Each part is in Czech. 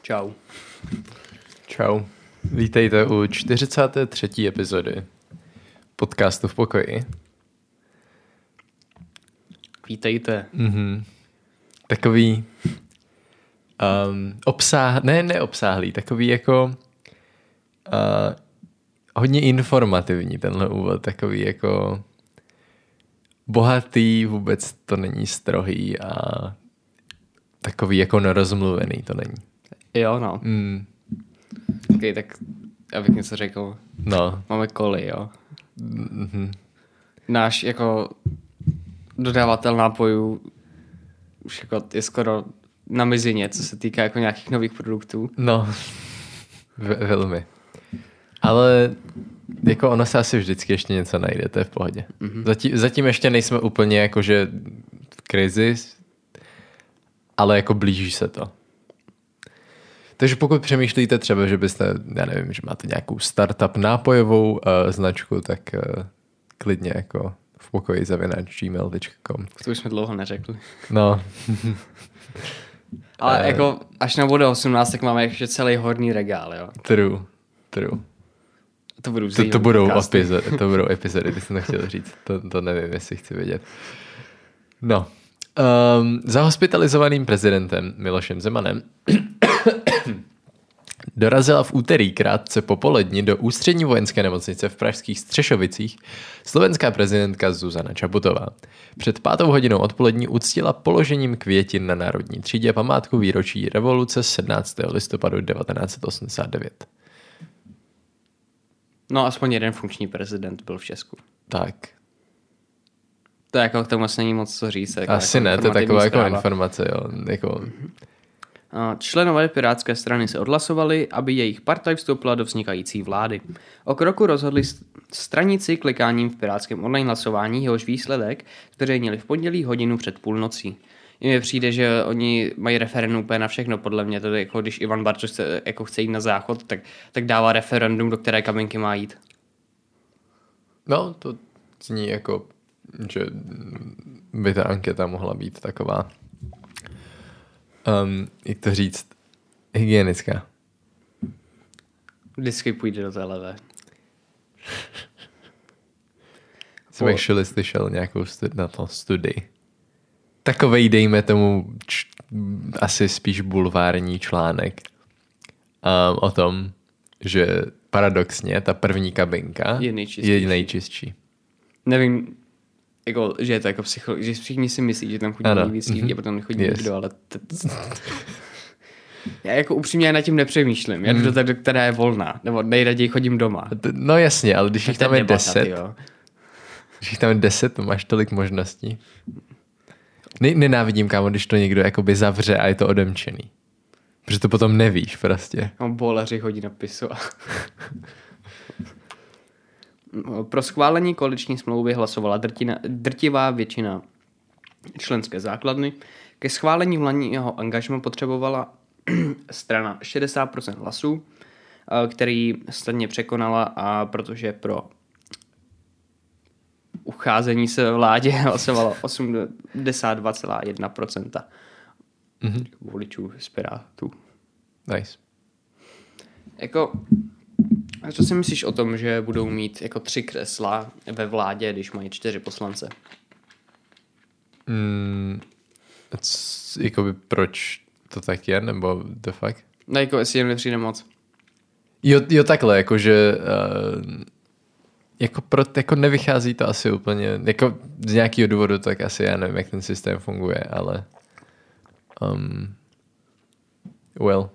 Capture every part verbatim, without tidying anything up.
Čau. Čau. Vítejte u čtyřicáté třetí epizody podcastu v pokoji. Vítejte. Mm-hmm. Takový um, obsáh... Ne, neobsáhlý, takový jako uh, hodně informativní tenhle úvod, takový jako bohatý, vůbec to není strohý a takový jako nerozmluvený to není. Jo, no. Mm. Okay, tak abych něco řekl. No. Máme Koli, jo. Mm-hmm. Náš jako dodavatel nápojů už jako je skoro na mizině, co se týká jako nějakých nových produktů. No, v- velmi. Ale jako ono se asi vždycky ještě něco najde, to je v pohodě. Mm-hmm. Zatím, zatím ještě nejsme úplně jakože v krizi, ale jako blíží se to. Takže pokud přemýšlíte třeba, že byste, já nevím, že máte nějakou startup nápojovou uh, značku, tak uh, klidně jako v pokoji zavináč gmail tečka com. To už jsme dlouho neřekli. No. Ale uh, jako až na bude osmnáct, tak máme ještě celý horní regál, jo. True, true. To budou, to, to, budou epizody, to budou epizody, ty jsem to chtěl říct. To, to nevím, jestli chci vědět. No. Um, za hospitalizovaným prezidentem Milošem Zemanem dorazila v úterý krátce po poledni do ústřední vojenské nemocnice v pražských Střešovicích slovenská prezidentka Zuzana Čaputová. Před pátou hodinou odpolední uctila položením květin na Národní třídě památku výročí revoluce sedmnáctého listopadu devatenáct set osmdesát devět. No aspoň jeden funkční prezident byl v Česku. Tak. To jako k tomu asi není moc co říct. Jako Asi jako ne, to je taková jako zpráva. informace. Jo. Jako... Členové Pirátské strany se odhlasovali, aby jejich partaj vstoupila do vznikající vlády. O kroku rozhodli stranici klikáním v pirátském online hlasování, jehož výsledek zveřejnili v pondělí hodinu před půlnocí. Mně přijde, že oni mají referendum úplně na všechno, podle mě. To je jako když Ivan Bartoš chce, jako chce jít na záchod, tak, tak dává referendum, do které kabinky má jít. No, to zní jako, že by ta anketa mohla být taková, um, jak to říct, hygienická. Vždycky půjde do té levé. Jsem actually slyšel nějakou studi- na to studii. Takovej, dejme tomu, č- asi spíš bulvární článek um, o tom, že paradoxně ta první kabinka je nejčistší. Je nejčistší. Nevím, jako, že je to jako psycholo- že všichni si myslí, že tam chodí nejvíc lidí, a potom nechodí Yes. nikdo, ale t- já jako upřímně nad tím nepřemýšlím. Já jdu Mm. do té, která je volná, nebo nejraději chodím doma. No jasně, ale když jich tam je debata, deset, tyjo. když jich tam je deset, to máš tolik možností. Ne- nenávidím, kámo, když to někdo jakoby zavře a je to odemčený. Protože to potom nevíš prostě. No, bowleři chodí na pisu. Pro schválení koaliční smlouvy hlasovala drtina, drtivá většina členské základny. Ke schválení vládního angažma potřebovala strana šedesát procent hlasů, který stejně překonala, a protože pro ucházení se vládě hlasovalo osmdesát dva celá jedna procenta Mm-hmm. voličů z Pirátů. Nice. Jako, a co si myslíš o tom, že budou mít jako tři křesla ve vládě, když mají čtyři poslance? Mm, c- jakoby proč to tak je, nebo the fuck? No jako, jestli jim nepřijde moc. Jo, jo takhle, jakože uh, jako, pro, jako nevychází to asi úplně, jako z nějakého důvodu, tak asi já nevím, jak ten systém funguje, ale um, well.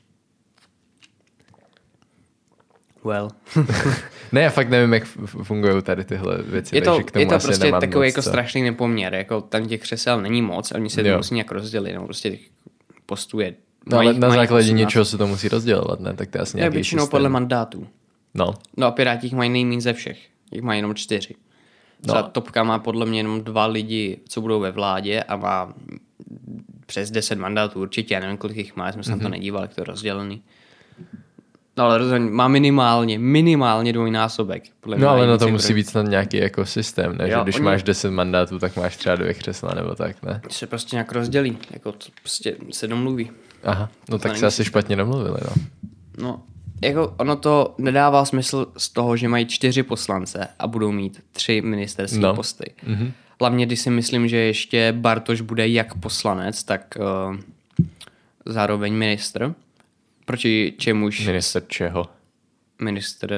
Well. Ne, já fakt nevím, jak fungují tady tyhle věci. Je to, takže k tomu je to asi prostě nemám takový moc jako co. strašný nepoměr, jako tam těch křesel není moc, a oni se to Jo. musí nějak rozdělit, nebo prostě těch postů je. No, ale na základě osmnáct. něčeho se to musí rozdělovat, ne? Tak to je asi Je nějaký většinou systém. podle mandátů. No. No a Piráti jich mají nejméně ze všech. Jich mají jenom čtyři. Třeba No. Topka má podle mě jenom dva lidi, co budou ve vládě, a má přes deset mandátů určitě. Já nevím, kolik jich má, já jsem se mm-hmm. na to nedíval, jak to je rozdělený. No ale rozhodně má minimálně, minimálně dvojnásobek. Podle mě no ale na to cifry. musí být snad nějaký jako systém, ne? Jo, Že když oni... máš deset mandátů, tak máš třeba dvě křesla nebo tak, ne? Se prostě nějak rozdělí, jako to prostě se domluví. Aha, no to tak se asi špatně domluvili, no. No, jako ono to nedává smysl z toho, že mají čtyři poslance a budou mít tři ministerské no. posty. Mm-hmm. Hlavně, když si myslím, že ještě Bartoš bude jak poslanec, tak uh, zároveň ministr. Proti čemuž... Minister čeho? Ministr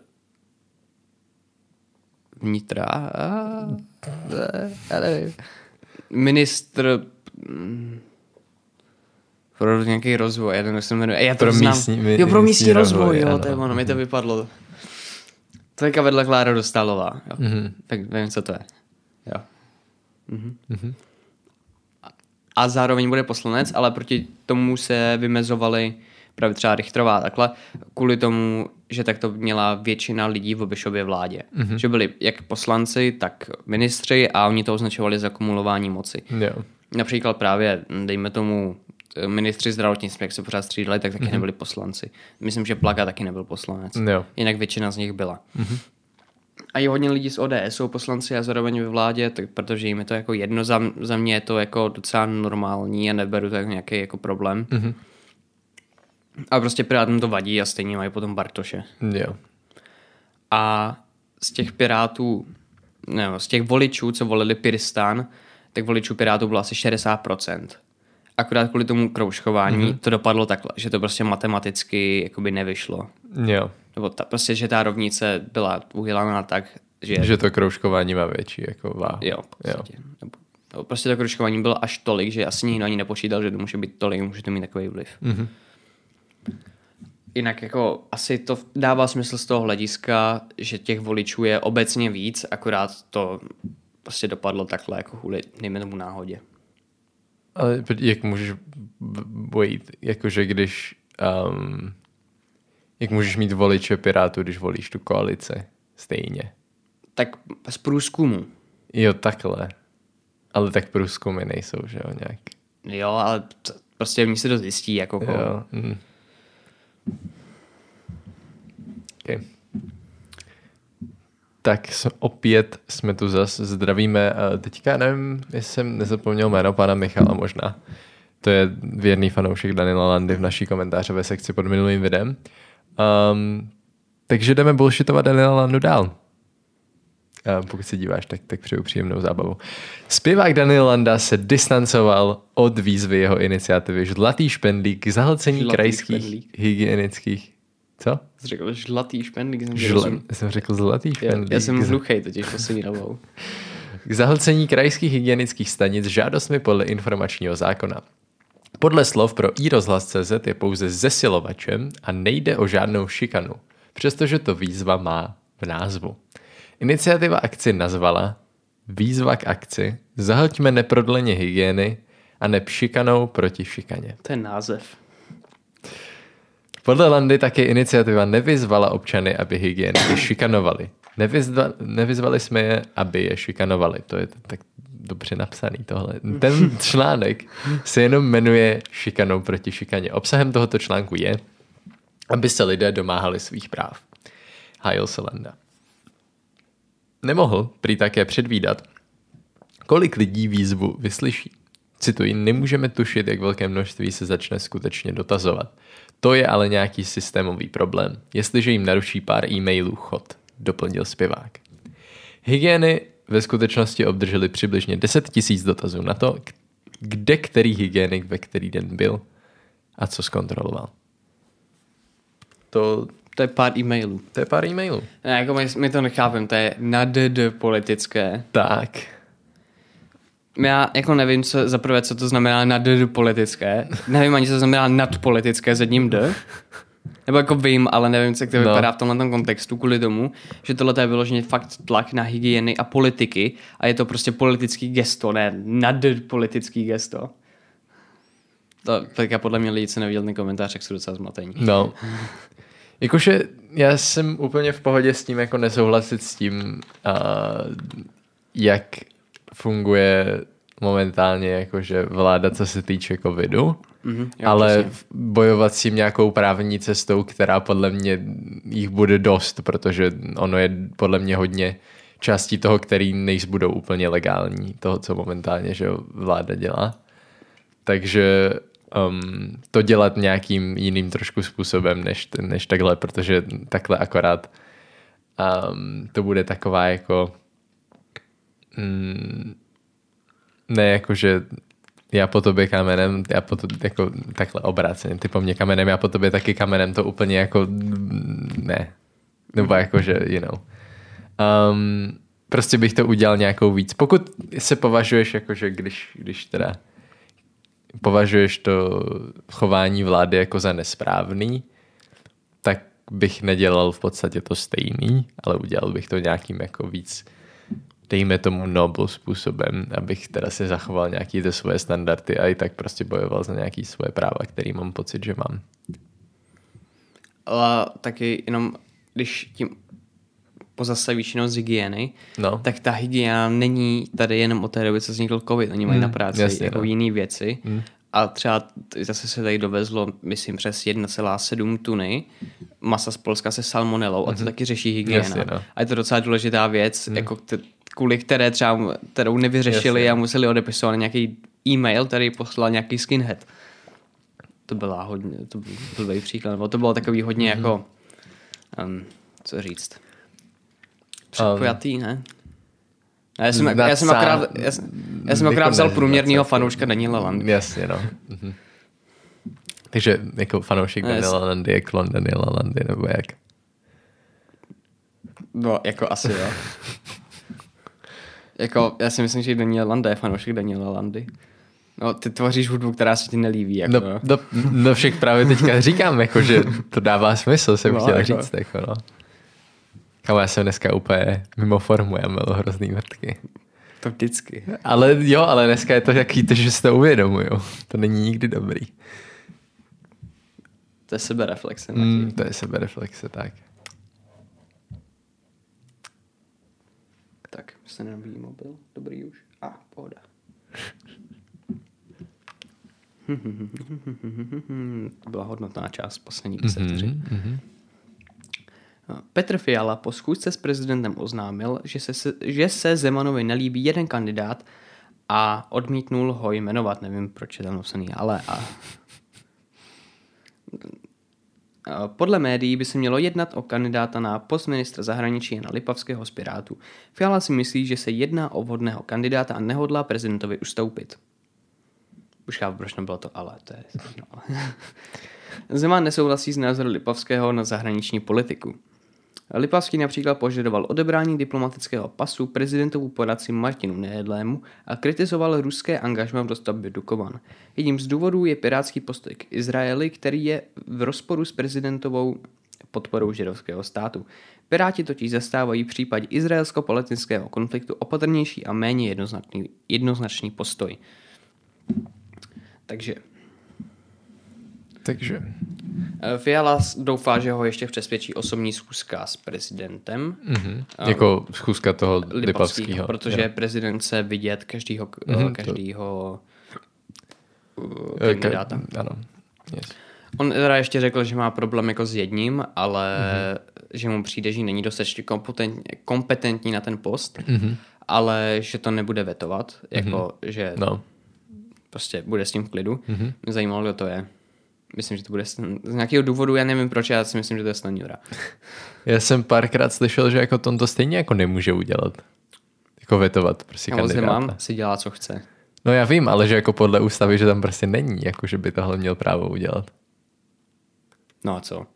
vnitra... A, já nevím. Ministr... Pro nějaký rozvoj, já nevím, jak se jmenuje. Já to pro znám. místní, mi, jo, pro místní, místní rozvoj, rozvoj jo, ano. To je ono, mi to vypadlo. Teďka vedle Klára Dostálová, jo. Mm-hmm. Tak vím, co to je. Jo. Mhm. Mm-hmm. A zároveň bude poslanec, ale proti tomu se vymezovali právě třeba Richtrová takhle, kvůli tomu, že tak to měla většina lidí v Babišově vládě. Mm-hmm. Že byli jak poslanci, tak ministři a oni to označovali za kumulování moci. Jo. Například právě, dejme tomu, ministři zdravotnictví, jak se pořád střídali, tak taky mm-hmm. nebyli poslanci. Myslím, že Plaga taky nebyl poslanec. Jo. Jinak většina z nich byla. Mm-hmm. A i hodně lidí z O D S jsou poslanci a zároveň ve vládě, tak protože jim je to jako jedno, za, za mě je to jako docela normální a neberu to jako nějaký jako problém. Mm-hmm. A prostě Pirátům to vadí a stejně mají potom Bartoše. Jo. A z těch Pirátů, nebo z těch voličů, co volili Piristán, tak voličů Pirátů bylo asi šedesát procent. Akorát kvůli tomu kroužkování mm-hmm. to dopadlo takhle, že to prostě matematicky jakoby nevyšlo. Jo. Nebo ta, prostě, že ta rovnice byla uhylaná tak, že... Že to kroužkování má větší jako váhu. Jo, v podstatě. Jo. Nebo, nebo prostě to kroužkování bylo až tolik, že asi nikdo ani nepočítal, že to může být tolik, může to mít takový vliv. Mm-hmm. Jinak jako asi to dává smysl z toho hlediska, že těch voličů je obecně víc, akorát to prostě dopadlo takhle jako kvůli, nejme tomu náhodě. Ale jak můžeš bojit, jakože když um, jak můžeš mít voliče Pirátů, když volíš tu koalici stejně? Tak z průzkumu. Jo, takhle. Ale tak průzkumy nejsou, že jo, nějak. Jo, ale t- prostě oni se to zjistí, jako koho. Jo. Mm. Okay. Tak opět jsme tu zas, zdravíme. Teďka nevím, jestli jsem nezapomněl jméno pana Michala možná. To je věrný fanoušek Daniela Landy v naší komentářové sekci pod minulým videem. Um, takže jdeme bullshitovat Daniela Landu dál. A pokud se díváš, tak, tak přeju příjemnou zábavu. Zpěvák Daniel Landa se distancoval od výzvy jeho iniciativy Žlatý špendlík k zahlcení Žlatý krajských špendlík. hygienických... Co? Jsi řekl žlatý špendlík. Jsem, Žla... jsem řekl zlatý špendlík. Já, já jsem hluchej totiž poslední dobou. K zahlcení krajských hygienických stanic žádostmi podle informačního zákona. Podle slov pro iRozhlas tečka cé zet je pouze zesilovačem a nejde o žádnou šikanu, přestože to výzva má v názvu. Iniciativa akci nazvala Výzva k akci Zahlťme neprodleně hygieny a neb šikanou proti šikaně. To je název. Podle Landy také iniciativa nevyzvala občany, aby hygieniky šikanovali. Nevyzva, nevyzvali jsme je, aby je šikanovali. To je tak dobře napsaný tohle. Ten článek se jenom jmenuje Šikanou proti šikaně. Obsahem tohoto článku je, aby se lidé domáhali svých práv. Hájil se Landa. Nemohl prý také předvídat, kolik lidí výzvu vyslyší. Cituji, nemůžeme tušit, jak velké množství se začne skutečně dotazovat. To je ale nějaký systémový problém, jestliže jim naruší pár e-mailů chod, doplnil zpěvák. Hygieny ve skutečnosti obdrželi přibližně deset tisíc dotazů na to, kde který hygienik ve který den byl a co zkontroloval. To, to je pár e-mailů. To je pár e-mailů. Ne, jako my, my to nechápem, to je nad politické. Tak. Já jako nevím, co, za prvé, co to znamená nad politické. Nevím ani, co to znamená nadpolitické s jedním D. Nebo jako vím, ale nevím, co to no. vypadá v tomhle kontextu kvůli tomu, že tohle je vyloženě fakt tlak na hygieny a politiky a je to prostě politický gesto, ne nadpolitický gesto. To tak já podle mě lidi, co neviděl ten komentář, tak jsou docela zmatení. No. Jakože já jsem úplně v pohodě s tím, jako nesouhlasit s tím, uh, jak funguje momentálně jakože vláda, co se týče covidu, Mm-hmm, jo, ale přesně. bojovat s tím nějakou právní cestou, která podle mě jich bude dost, protože ono je podle mě hodně částí toho, který nejs budou úplně legální, toho, co momentálně že vláda dělá. Takže um, to dělat nějakým jiným trošku způsobem, než, než takhle, protože takhle akorát um, to bude taková jako mm, ne jako, že já po tobě kamenem, já po tobě, jako takhle obráceně, ty po mně kamenem, já po tobě taky kamenem, to úplně jako ne. Nebo jako, že, you know. Um, prostě bych to udělal nějakou víc. Pokud se považuješ jako, že když, když teda považuješ to chování vlády jako za nesprávný, tak bych nedělal v podstatě to stejný, ale udělal bych to nějakým jako víc, dejme tomu noble způsobem, abych teda si zachoval nějaký ty svoje standardy a i tak prostě bojoval za nějaký svoje práva, který mám pocit, že mám. Ale taky jenom, když tím pozastavíš jenom z hygieny, No. tak ta hygiena není tady jenom o té době, co vznikl covid. Oni mají Hmm, na práci jasně, jako no. jiné věci. Hmm. A třeba zase se tady dovezlo, myslím, přes jedna celá sedm tuny masa z Polska se salmonelou a to Mhm. taky řeší hygiena. Jasně, no. A je to docela důležitá věc, Hmm. jako t- kvůli které třeba, kterou nevyřešili Jasně. a museli odepisovat nějaký e-mail, který poslal nějaký skinhead. To byla hodně, to byl blbý příklad, nebo to bylo takový hodně Mhm. jako, um, co říct, předpojatý, ne? A Já jsem, Nadsá- já jsem akorát, já jsem, já jsem akorát jako vzal ne- průměrného nadsá- fanouška Daniela Landy. Jasně, no. Mhm. Takže jako fanoušek No, Daniela Landy je klon Daniela Landy, nebo jak? No, jako asi jo. Jako, já si myslím, že Daniel Landa je fanoušek Daniela Landy. No, ty tvoříš hudbu, která se ti nelíbí. Jako, No, no. no, no však právě teďka říkám, jako, že to dává smysl, jsem No, chtěl jako. říct. Jako, no. Kámo, já jsem dneska úplně mimo formu, já měl hrozný vrtky. To vždycky. Ale jo, ale dneska je to takový, to, že si to uvědomuju. To není nikdy dobrý. To je sebereflexe. Mm, to je sebereflexe, tak. Tak, se nenabíjí mobil. Dobrý už. A, ah, pohoda. Byla hodnotná část poslední deset vteřin. Mm-hmm. Petr Fiala po schůzce s prezidentem oznámil, že se, že se Zemanovi nelíbí jeden kandidát a odmítnul ho jmenovat. Nevím, proč je tam napsaný, ale... A... Podle médií by se mělo jednat o kandidáta na post ministra zahraničí Jana Lipavského z Pirátů. Fiala si myslí, že se jedná o vhodného kandidáta a nehodlá prezidentovi ustoupit. Už chápu, proč nebylo to ale. To je... no. Zeman nesouhlasí s názorem Lipavského na zahraniční politiku. Lipavský například požadoval odebrání diplomatického pasu prezidentovu poradci Martinu Nejedlému a kritizoval ruské angažmá v dostavbě Dukovan. Jedním z důvodů je pirátský postoj k Izraeli, který je v rozporu s prezidentovou podporou židovského státu. Piráti totiž zastávají v případě izraelsko-palestinského konfliktu opatrnější a méně jednoznačný, jednoznačný postoj. Takže... Takže... Fiala doufá, že ho ještě přesvědčí osobní schůzka s prezidentem. Mm-hmm. Jako schůzka toho Lipavského, Lipavského. protože jo. prezident se vidět každýho, Mm-hmm, každýho to... kandidáta. Ka- ano. Yes. On teda ještě řekl, že má problém jako s jedním, ale mm-hmm. že mu přijde, že není dostatečně kompetentní, kompetentní na ten post, Mm-hmm. ale že to nebude vetovat, jako mm-hmm. že no. prostě bude s tím v klidu. Mm-hmm. Mě zajímalo, kdo to je. Myslím, že to bude z nějakého důvodu, já nevím proč, já si myslím, že to je Stanjura. Já jsem párkrát slyšel, že jako to, to stejně jako nemůže udělat. Jako vetovat prostě kandidáta. Zeman si dělá, co chce. No já vím, ale že jako podle ústavy, že tam prostě není, jako že by tohle měl právo udělat. No a co?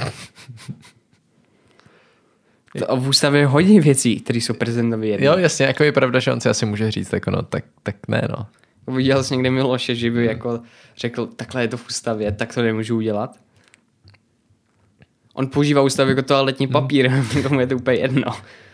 To v ústavě je hodně věcí, které jsou prezidentovi jedny. Jo, jasně, jako je pravda, že on si asi může říct, jako no, tak, tak ne, no. Viděl jsi někde Miloše, že by jako řekl, takhle je to v ústavě, tak to nemůžu udělat? On používá ústavu jako toaletní papír, tomu je to úplně jedno.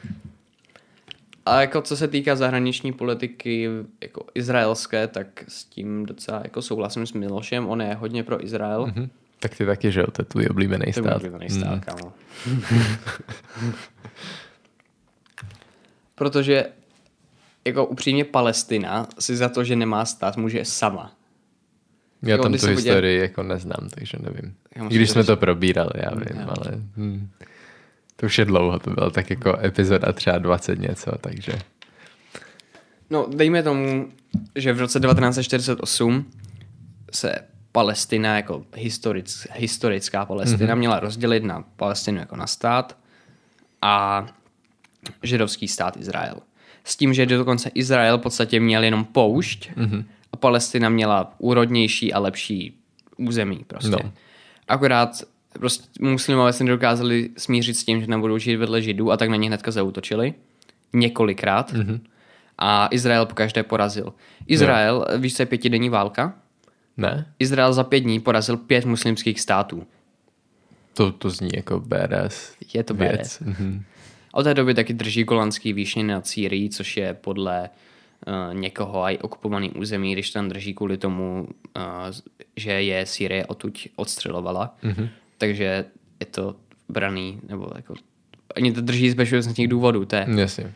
A jako co se týká zahraniční politiky jako izraelské, tak s tím docela jako souhlasím s Milošem, on je hodně pro Izrael. Mm-hmm. Tak ty taky, že jo, to je tvůj oblíbený To je stát. oblíbený stát, mm. kámo. Protože jako upřímně Palestina si za to, že nemá stát, může sama. Já jako, tam tu historii udělal... jako neznám, takže nevím. Já Když jsme říct... to probírali, já vím, já. ale hm, to už je dlouho, to bylo tak jako epizoda třeba dvacet něco, takže... No, dejme tomu, že v roce devatenáct set čtyřicet osm se Palestina jako historic, historická Palestina mm-hmm. měla rozdělit na Palestinu jako na stát a židovský stát Izrael. S tím, že dokonce Izrael v podstatě měl jenom poušť mm-hmm. a Palestina měla úrodnější a lepší území prostě. No. Akorát prostě muslimové se nedokázali smířit s tím, že nebudou žít vedle židů a tak na ně hnedka zaútočili. Několikrát. Mm-hmm. A Izrael pokaždé porazil. Izrael, no. víš, co je pětidenní válka? Ne. Izrael za pět dní porazil pět muslimských států. To, to zní jako badass. Je to věc. badass. Mm-hmm. A od té doby taky drží Golanský výšiny nad Sýrií, což je podle uh, někoho aj okupovaný území, když tam drží kvůli tomu, uh, že je Sýrie odtud odstřelovala. Mm-hmm. Takže je to braný, nebo jako... Oni to drží z bezpečnostních důvodů. To je... Jasně.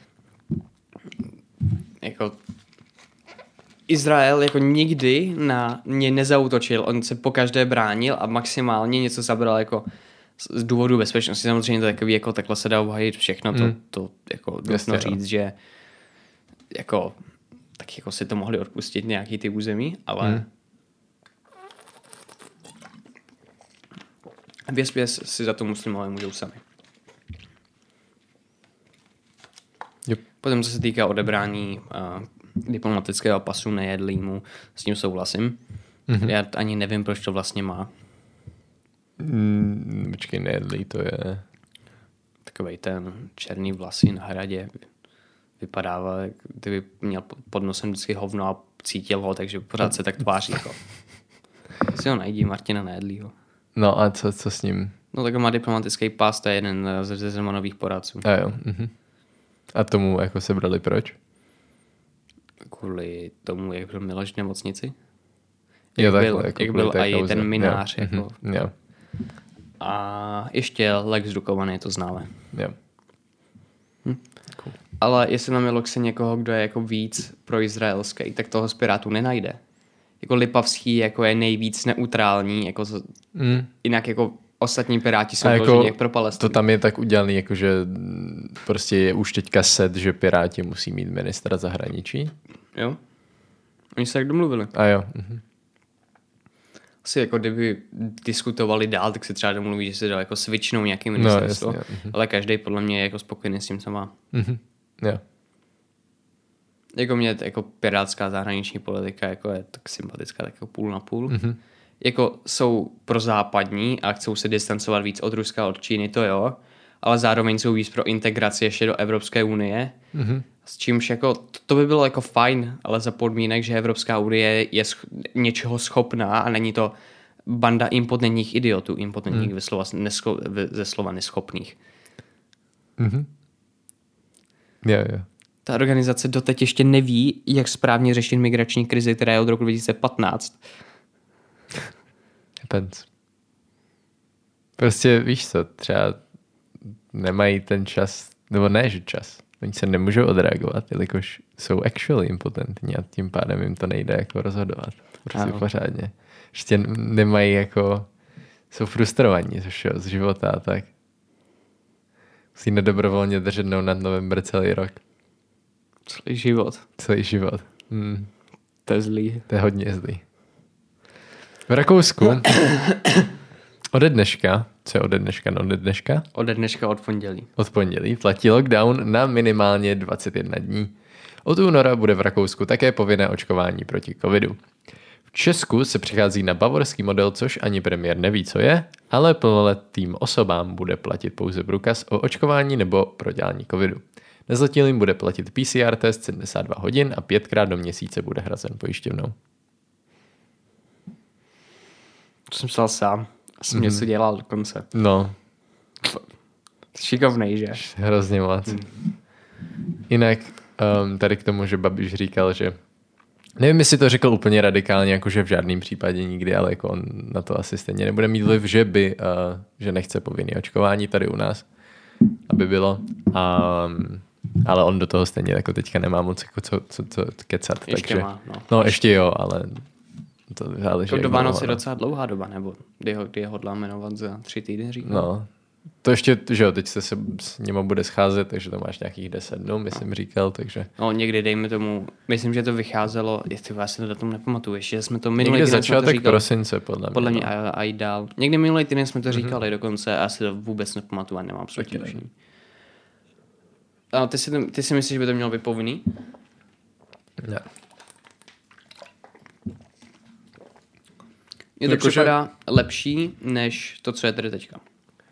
Jako... Izrael jako nikdy na ně nezautočil, on se pokaždé bránil a maximálně něco zabral jako z důvodu bezpečnosti. Samozřejmě to takový, jako takhle se dá obhajit všechno, to, mm. to jako nutno říct, že jako tak jako si to mohli odpustit nějaký ty území, ale mm. věspěs si za to muslimové můžou sami. Yep. Potom, co se týká odebrání uh, diplomatického pasu nejedlýmu, s tím souhlasím. Mm-hmm. Já ani nevím, proč to vlastně má. Mm, počkej, nejedlý, to je... Takovej ten černý vlasy na hradě vypadává, kdyby měl pod nosem vždycky hovno a cítil ho, takže pořád se tak tváří. Jako. Si ho najdí, Martina Nejedlýho. No a co, co s ním? No tak má diplomatický pas, to je jeden ze Zemanových poradců. A jo. Mhm. A tomu jako sebrali proč? Kvůli tomu, jak byl Miloš v nemocnici. Jo, jak takhle, byl, jako jak byl i ten minář. Jo. Jako. Mm-hmm. Jo. A ještě Lex Dukovany, to známe. Jo. Hm. Cool. Ale jestli na Miloxe někoho, kdo je jako víc proizraelský, tak toho z Pirátů nenajde. Jako Lipavský jako je nejvíc neutrální, jako z... mm. jinak jako ostatní Piráti jsou jako jak pro Palestinu. To tam je tak udělaný, jako že prostě je už teďka set, že Piráti musí mít ministra zahraničí. Jo. Oni se tak domluvili. A jo. Mhm. Asi jako kdyby diskutovali dál, tak se třeba domluví, že se dá jako switchnou nějaký ministerstvo. No, jasně, ale každý podle mě je jako spokojený s tím, co má. Mhm. Jo. Jako mě jako pirátská zahraniční politika jako je tak sympatická, tak jako půl na půl. Mm-hmm. Jako jsou prozápadní a chcou se distancovat víc od Ruska, od Číny, to jo, ale zároveň jsou víc pro integraci ještě do Evropské unie. Mm-hmm. S čímž jako, to, to by bylo jako fajn, ale za podmínek, že Evropská unie je sch- něčeho schopná a není to banda impotentních idiotů, impotentních mm. slova, nesko- ze slova neschopných. Mhm. Jo, jo. Ta organizace doteď ještě neví, jak správně řešit migrační krizi, která je od roku dva tisíce patnáct. Depends. Prostě víš co, třeba nemají ten čas, nebo ne, že čas. Oni se nemůžou odreagovat, jelikož jsou actually impotentní a tím pádem jim to nejde jako rozhodovat. Prostě ano. Pořádně. Ještě nemají jako, jsou frustrovaní z života a tak. Musí nedobrovolně držet nad november celý rok. Celý život. Celý život. Hmm. To je zlý. To je hodně zlý. V Rakousku ode dneška, co je ode dneška? No ode dneška? Ode dneška od pondělí. Od pondělí platí lockdown na minimálně dvacet jedna dní. Od února bude v Rakousku také povinné očkování proti covidu. V Česku se přichází na bavorský model, což ani premiér neví, co je, ale plnoletým osobám bude platit pouze průkaz o očkování nebo prodělání covidu. Nezletilým bude platit P C R test sedmdesát dva hodin a pětkrát do měsíce bude hrazen pojišťovnou. To jsem psal sám. Jsem mm. něco dělal dokonce. No. Šikovnej, že? Hrozně moc. Mm. Jinak um, tady k tomu, že Babiš říkal, že nevím, jestli to řekl úplně radikálně, jakože v žádném případě nikdy, ale jako on na to asi stejně nebude mít vliv, že by, uh, že nechce povinné očkování tady u nás, aby bylo. A um, Ale on do toho stejně jako teďka nemá moc jako co, co, co kecat. Ještě takže, má, no. no ještě jo, ale to záleží. To do Vánoc je docela dlouhá doba, nebo kdy ho, kdy ho hodlá jmenovat za tři týdny, říkám. No, to ještě, že jo, teď se, se s nima bude scházet, takže to máš nějakých deset dnů, myslím, říkal, takže... No, někdy dejme tomu, myslím, že to vycházelo, jestli já si to datum nepamatuju, ještě jsme to minulý týden začátek říkali, prosince, podle mě. Podle mě no. a, a i dál. Někdy minulý týden jsme to říkali Mm-hmm. dokonce a já si to vůbec nepamatuju, nemám absolutně už. A ty si, ty si myslíš, že by to mělo být povinný? Ne. Mně to Jako, připadá že... lepší, než to, co je tady teďka.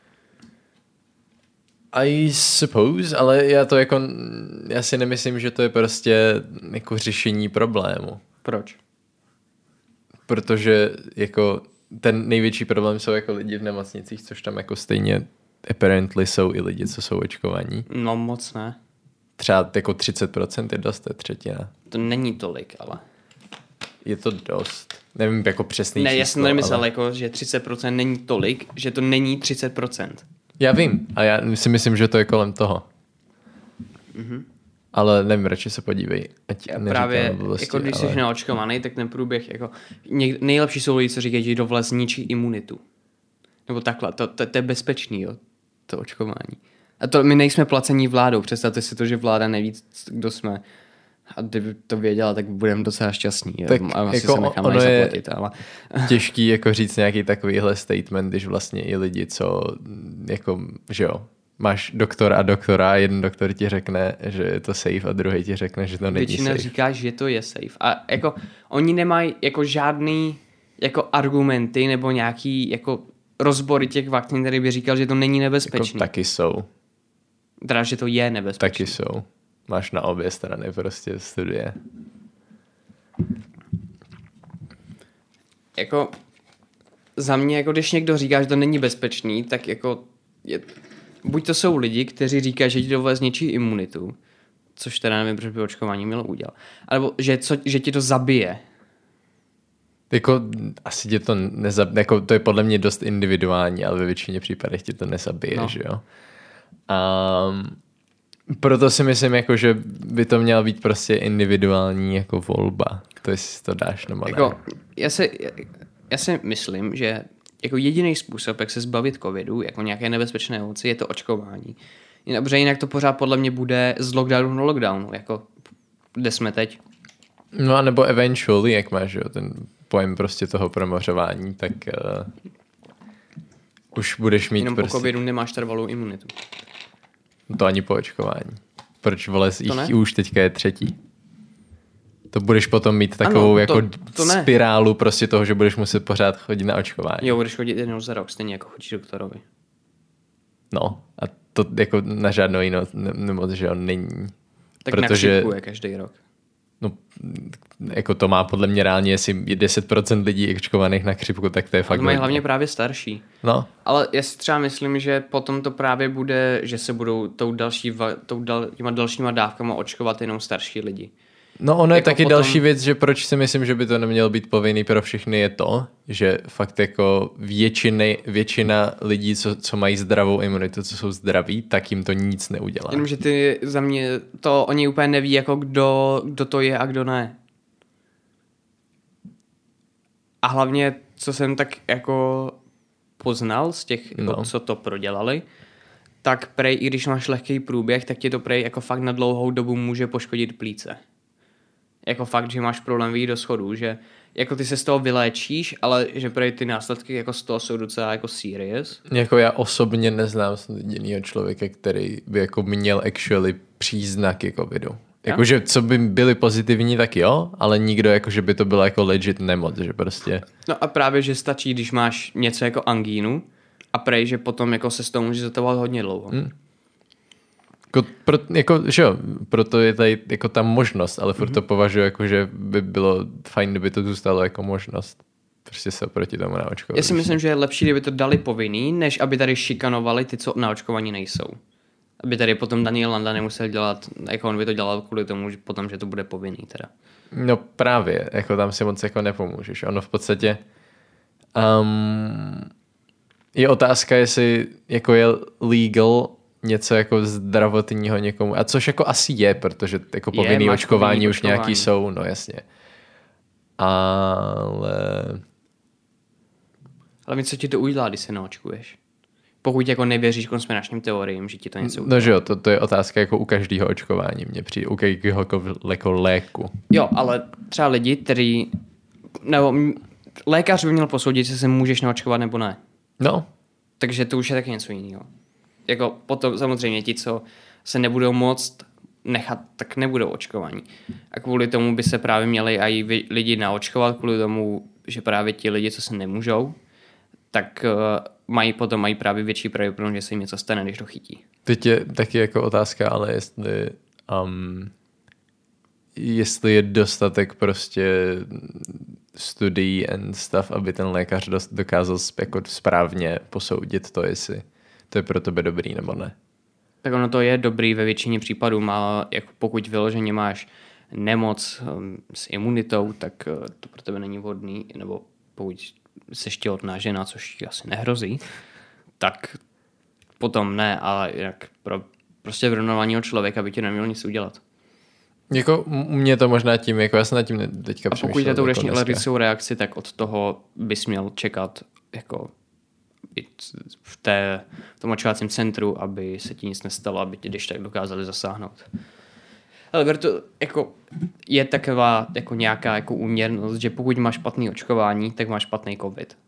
I suppose, ale já to jako, já si nemyslím, že to je prostě jako řešení problému. Proč? Protože jako ten největší problém jsou jako lidi v nemocnicích, což tam jako stejně apparently jsou i lidi, co jsou očkovaní. No moc ne. Třeba jako třicet procent je dost, to je třetina. To není tolik, ale... Je to dost. Nevím jako přesný ne, číslo. já jsem nemyslel, ale... jako, že třicet procent není tolik, že to není třicet procent. Já vím a já si myslím, že to je kolem toho. Mm-hmm. Ale nevím, radši se podívej. Ať Já právě, blbosti, jako když ale... jsi neočkovaný, tak ten průběh, jako, něk, nejlepší jsou lidi, co říkají, že to vlastně ničí imunitu. Nebo takhle, to, to, to je bezpečný, jo, to očkování. A to my nejsme placení vládou, představte si to, že vláda neví, kdo jsme. A kdyby to věděla, tak budeme docela šťastní. Tak a asi jako se necháme ono je zaplatit, ale... těžký jako říct nějaký takovýhle statement, když vlastně i lidi, co jako, že jo, máš doktora a doktora a jeden doktor ti řekne, že je to safe a druhý ti řekne, že to není Většina safe. říká, že to je safe. A jako oni nemají jako žádný jako argumenty nebo nějaký jako rozbory těch vakcín, který by říkal, že to není nebezpečný. Jako taky jsou. Teda, že to je nebezpečný. Taky jsou. Máš na obě strany prostě studie. Jako za mě, jako když někdo říká, že to není bezpečný, tak jako je, buď to jsou lidi, kteří říkají, že ti to zničí imunitu, což teda nevím, proč by očkování mělo udělat, alebo že, co, že ti to zabije. Jako asi tě to nezabije, jako to je podle mě dost individuální, ale ve většině případech ti to nezabije, no. Že jo. Um, proto si myslím, jako, že by to měla být prostě individuální jako volba. To jestli to dáš nebo ne. Jako, já, se, já si myslím, že jako jediný způsob, jak se zbavit covidu, jako nějaké nebezpečné nemoci, je to očkování. Dobře, jinak to pořád podle mě bude z lockdownu na lockdownu, jako kde jsme teď. No a nebo eventually, jak máš jo, ten pojem prostě toho promořování, tak uh, už budeš mít jenom prostě... po covidu nemáš trvalou imunitu. To ani po očkování. Proč, vole, To jich ne? už teďka je třetí. To budeš potom mít takovou Ano, to- jako to ne. spirálu prostě toho, že budeš muset pořád chodit na očkování. Jo, budeš chodit jednou za rok, stejně jako chodíš doktorovi. No a to jako na žádnou jinou ne- nemoc, že jo, není. Tak na Protože, chřipku je každý rok. no, jako to má podle mě reálně, jestli je deset procent lidí očkovaných na chřipku, tak to je A fakt to mají hodně. hlavně právě starší. No, Ale já si třeba myslím, že potom to právě bude, že se budou tou další, va- tou dal, těma dalšíma dávkama očkovat jenom starší lidi. no ono je Jako taky potom- další věc, že proč si myslím, že by to nemělo být povinný pro všechny je to, že fakt jako většiny, většina lidí, co, co mají zdravou imunitu, co jsou zdraví, tak jim to nic neudělá. Jenomže ty za mě, to oni úplně neví, jako kdo, kdo to je a kdo ne. A hlavně, co jsem tak jako poznal z těch, No. jako, co to prodělali, tak prej, i když máš lehký průběh, tak ti to prej jako fakt na dlouhou dobu může poškodit plíce. Jako fakt, že máš problém vyjít do schodů, že jako ty se z toho vyléčíš, ale že prej ty následky jako z toho jsou docela jako serious. Jako já osobně neznám snad jedinýho člověka, který by jako měl actually příznaky covidu. Jakože co by byly pozitivní, tak jo, ale nikdo jako, že by to bylo jako legit nemoc, že prostě... No a právě, že stačí, když máš něco jako angínu a prej, že potom jako se s toho může zatahovat hodně dlouho. Hmm. Jako, pro, jako, že jo, proto je tady jako ta možnost, ale furt mm-hmm. to považuji jako, že by bylo fajn, kdyby to zůstalo jako možnost. Prostě se proti tomu naočkovat. Já si myslím, že je lepší, kdyby to dali povinný, než aby tady šikanovali ty, co naočkovaní nejsou. Aby tady potom Daniel Landa nemusel dělat, jako on by to dělal kvůli tomu, že potom, že to bude povinný teda. No právě, jako tam si moc jako nepomůžeš. Ono v podstatě um, je otázka, jestli jako je legal něco jako zdravotního někomu. A což jako asi je, protože jako povinný je, očkování povinný už očkování. Nějaký jsou, no jasně. Ale... Ale mi co ti to udělá, když se neočkuješ? Pokud jako nevěříš konspiračním teoriím, že ti to něco udělá. No že jo, to, to je otázka jako u každého očkování. Mně přijde, u každého jako, jako léku. Jo, ale třeba lidi, kteří... Nebo lékař by měl posoudit, jestli se můžeš naočkovat nebo ne. No. Takže to už je taky něco jiného. Jako potom samozřejmě ti, co se nebudou moct nechat, tak nebudou očkovaní. A kvůli tomu by se právě měli i lidi naočkovat, kvůli tomu, že právě ti lidi, co se nemůžou, tak uh, mají potom mají právě větší pravděpodobnost, že se jim něco stane, když to chytí. Teď je taky jako otázka, ale jestli um, jestli je dostatek prostě studií and stuff, aby ten lékař dokázal jako správně posoudit to, jestli to je pro tebe dobrý nebo ne. Tak ono to je dobrý ve většině případů. Má, jako pokud vyloženě máš nemoc um, s imunitou, tak uh, to pro tebe není vhodný, nebo pokud seš těhotná žena, což ti asi nehrozí, tak potom ne, ale jak pro prostě vyrovnávání člověka by ti neměl nic udělat. Jako u mě to možná tím, jako já jsem na tím teďka přemýšlel. A pokud je to dnešní alergickou reakci, tak od toho bys měl čekat jako v, té, v tom očkovacím centru, aby se ti nic nestalo, aby ti když tak dokázali zasáhnout. Ale to jako je taková jako nějaká jako úměrnost, že pokud máš špatný očkování, tak máš špatný covid.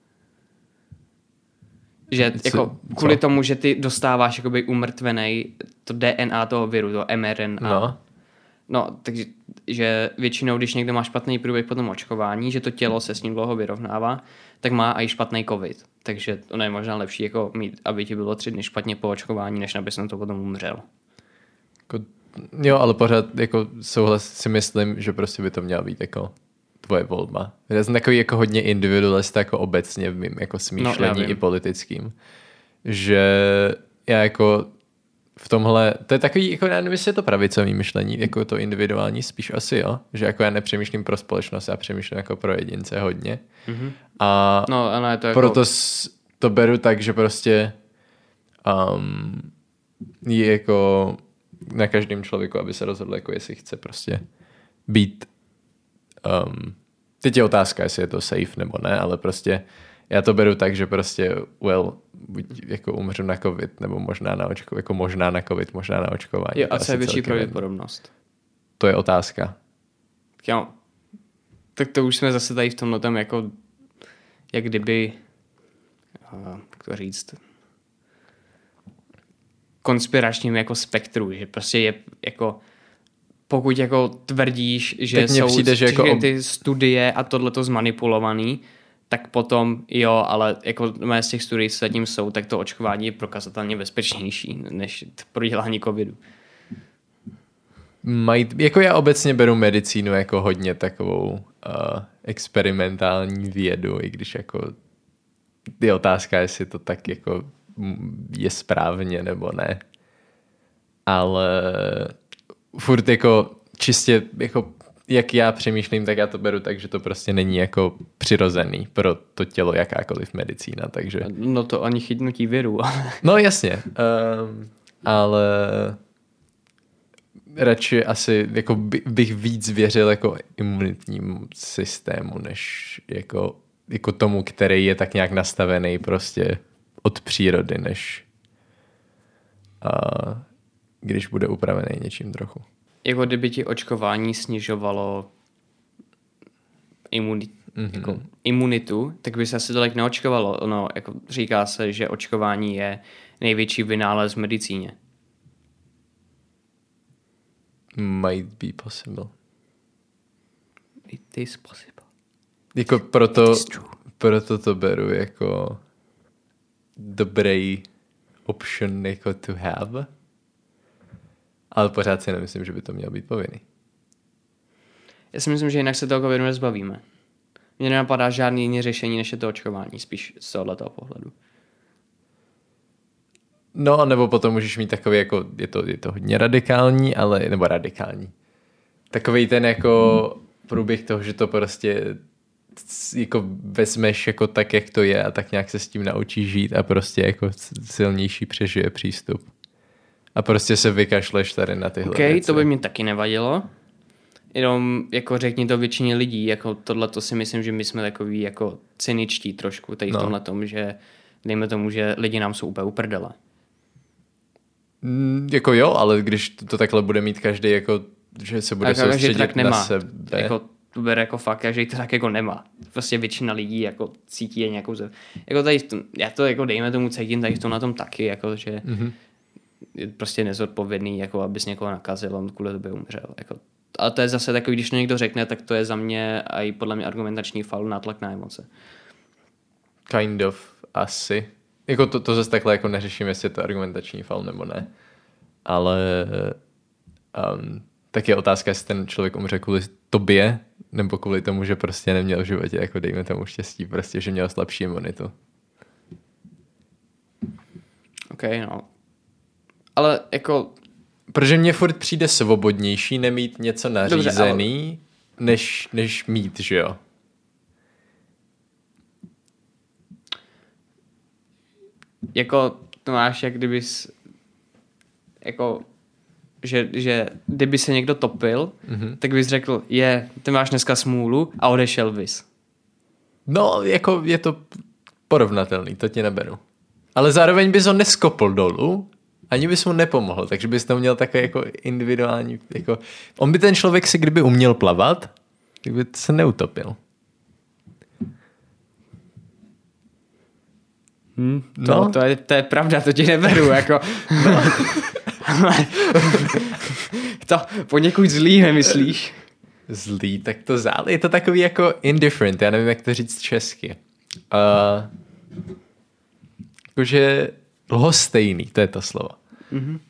Že Co? jako kvůli Co? tomu, že ty dostáváš jakoby umrtvenej to D N A toho viru, to M R N A. No. No, takže že většinou, když někdo má špatný průběh po tom očkování, že to tělo se s ním dlouho vyrovnává, tak má i špatný covid. Takže ono je možná lepší, jako mít, aby ti bylo tři dny špatně po očkování, než aby jsem to potom umřel. Jako, jo, ale pořád jako souhlas si myslím, že prostě by to měla být jako tvoje volba. Já jsem takový jako hodně individualista jako obecně v mým jako smýšlení no, i politickým. Že já jako v tomhle, to je takový, jako já nevím, jestli je to pravicový myšlení, jako to individuální, spíš asi jo, že jako já nepřemýšlím pro společnost, já přemýšlím jako pro jedince hodně. Mm-hmm. A no, ano, je to jako... proto to beru tak, že prostě um, je jako na každém člověku, aby se rozhodl, jako jestli chce prostě být um, teď je otázka, jestli je to safe nebo ne, ale prostě já to beru tak, že prostě well, buď jako umřu na covid, nebo možná na očko, jako možná na covid, možná na očkování. Jo, a co je větší pravděpodobnost? To je otázka. Jo. Tak to už jsme zase tady v tomhle tam jako jak kdyby uh, jak to říct konspiračním jako spektru, že prostě je jako pokud jako tvrdíš, že jsou přijde, že jako ob... ty studie a tohleto zmanipulovaný, tak potom jo, ale jako z těch studií, co zatím jsou, tak to očkování je prokazatelně bezpečnější než prodělání covidu. Mají, jako já obecně beru medicínu jako hodně takovou uh, experimentální vědu, i když jako je otázka, jestli to tak jako je správně nebo ne. Ale furt jako čistě jako jak já přemýšlím, tak já to beru tak, že to prostě není jako přirozený pro to tělo jakákoliv medicína, takže... No to ani chytnutí viru. No jasně, um, ale radši asi jako by, bych víc věřil jako imunitnímu systému, než jako, jako tomu, který je tak nějak nastavený prostě od přírody, než uh, když bude upravený něčím trochu. Jako kdyby ti očkování snižovalo imuni- mm-hmm. jako imunitu, tak by se asi tolik neočkovalo. No, jako říká se, že očkování je největší vynález v medicíně. Might be possible. It is possible. Jako proto, proto to beru jako dobrý option jako to have. Ale pořád si nemyslím, že by to mělo být povinný. Já si myslím, že jinak se toho covidu nezbavíme. Mně nenapadá žádný jiný řešení, než je to očkování, spíš z tohoto pohledu. No, nebo potom můžeš mít takový, jako, je to, je to hodně radikální, ale, nebo radikální. Takový ten jako průběh toho, že to prostě jako vezmeš jako tak, jak to je a tak nějak se s tím naučíš žít a prostě jako silnější přežije přístup. a prostě se vykašleš tady na tyhle OK, věci. to by mě taky nevadilo. Jenom jako řekni to většině lidí, jako tohle to si myslím, že my jsme takový jako cyničtí trošku tady v no. tomhle tom, že dejme tomu, že lidi nám jsou úplně uprdele. Mm, jako jo, ale když to, to takhle bude mít každý, jako, že se bude jako, soustředit tak na nemá. sebe. Jako, to bere jako fakt, že to tak jako nemá. Prostě většina lidí jako cítí je nějakou... Jako tady, já to jako dejme tomu cítím, tady to na tom taky, jako, že mm-hmm. je prostě nezodpovědný, jako abys někoho nakazil, on kvůli tobě umřel. Jako, ale to je zase takový, když to někdo řekne, tak to je za mě a i podle mě argumentační faul, nátlak na emoce. Kind of, asi. Jako to, to zase takhle jako neřeším, jestli je to argumentační faul nebo ne. Ale um, tak je otázka, jestli ten člověk umře kvůli tobě, nebo kvůli tomu, že prostě neměl v životě, jako dejme tomu štěstí, prostě, že měl slabší imunitu. OK, no. Ale jako... Protože mně furt přijde svobodnější nemít něco nařízený, Dobře, ale... než, než mít, že jo? Jako to máš, jak kdybys jako že, že kdyby se někdo topil, mm-hmm. tak bys řekl, je, ty máš dneska smůlu a odešel bys. No, jako je to porovnatelný, to ti neberu. Ale zároveň bys ho neskopl dolů, ani bys mu nepomohl, takže bys to měl takový jako individuální, jako, on by ten člověk si kdyby uměl plavat, tak by se neutopil. Hmm, to, no. to, je, to je pravda, to ti neberu, jako. No. To poněkud zlý, nemyslíš? Zlý, tak to zále. Je to takový jako indifferent, já nevím, jak to říct česky. Uh, jakože lhostejný, to je to slovo. Mm-hmm.